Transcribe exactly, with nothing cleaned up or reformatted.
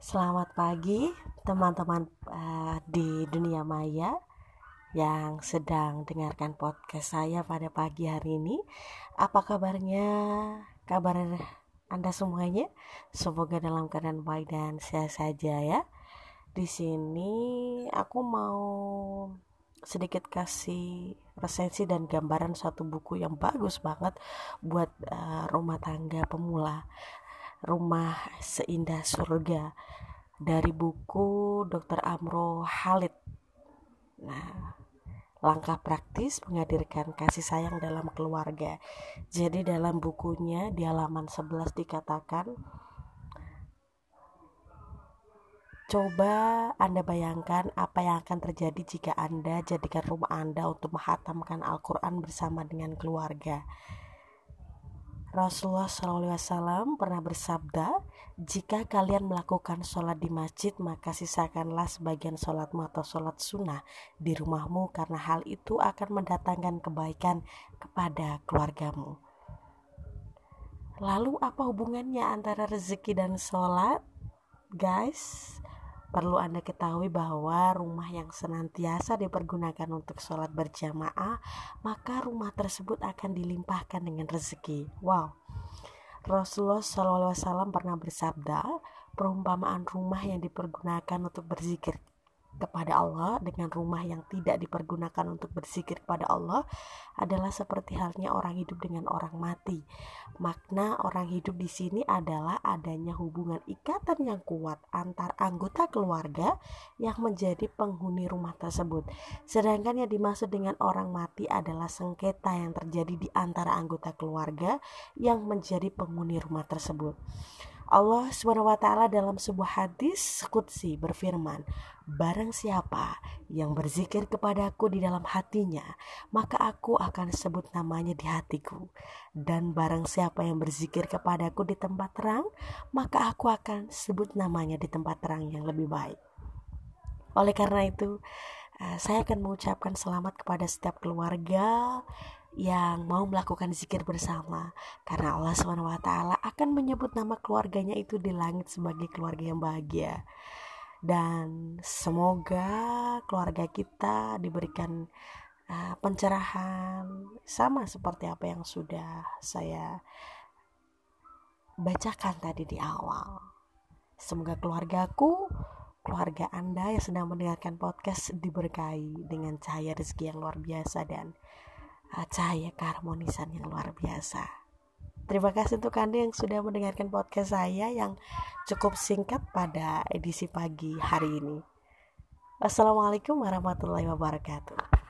Selamat pagi teman-teman uh, di dunia maya yang sedang dengarkan podcast saya pada pagi hari ini. Apa kabarnya? Kabar Anda semuanya? Semoga dalam keadaan baik dan sehat saja ya. Di sini aku mau sedikit kasih resensi dan gambaran satu buku yang bagus banget buat uh, rumah tangga pemula. Rumah Seindah Surga dari buku dokter Amro Khalid. Nah, langkah praktis menghadirkan kasih sayang dalam keluarga. Jadi dalam bukunya di halaman sebelas dikatakan, coba Anda bayangkan apa yang akan terjadi jika Anda jadikan rumah Anda untuk menghatamkan Al-Quran bersama dengan keluarga. Rasulullah shallallahu alaihi wasallam pernah bersabda, jika kalian melakukan sholat di masjid, maka sisakanlah sebagian sholatmu atau sholat sunnah di rumahmu, karena hal itu akan mendatangkan kebaikan kepada keluargamu. Lalu apa hubungannya antara rezeki dan sholat? Guys, perlu Anda ketahui bahwa rumah yang senantiasa dipergunakan untuk sholat berjamaah, maka rumah tersebut akan dilimpahkan dengan rezeki. Wow. Rasulullah shallallahu alaihi wasallam pernah bersabda, perumpamaan rumah yang dipergunakan untuk berzikir kepada Allah dengan rumah yang tidak dipergunakan untuk berzikir kepada Allah adalah seperti halnya orang hidup dengan orang mati. Makna orang hidup di sini adalah adanya hubungan ikatan yang kuat antar anggota keluarga yang menjadi penghuni rumah tersebut. Sedangkan yang dimaksud dengan orang mati adalah sengketa yang terjadi di antara anggota keluarga yang menjadi penghuni rumah tersebut. Allah subhanahu wa taala dalam sebuah hadis qudsi berfirman, barang siapa yang berzikir kepadaku di dalam hatinya, maka aku akan sebut namanya di hatiku. Dan barang siapa yang berzikir kepadaku di tempat terang, maka aku akan sebut namanya di tempat terang yang lebih baik. Oleh karena itu, saya akan mengucapkan selamat kepada setiap keluarga yang mau melakukan zikir bersama, karena Allah subhanahu wa taala akan menyebut nama keluarganya itu di langit sebagai keluarga yang bahagia. Dan semoga keluarga kita diberikan uh, pencerahan sama seperti apa yang sudah saya bacakan tadi di awal. Semoga keluargaku, keluarga Anda yang sedang mendengarkan podcast diberkahi dengan cahaya rezeki yang luar biasa dan cahaya keharmonisan yang luar biasa. Terima kasih untuk Anda yang sudah mendengarkan podcast saya yang cukup singkat pada edisi pagi hari ini. Wassalamualaikum warahmatullahi wabarakatuh.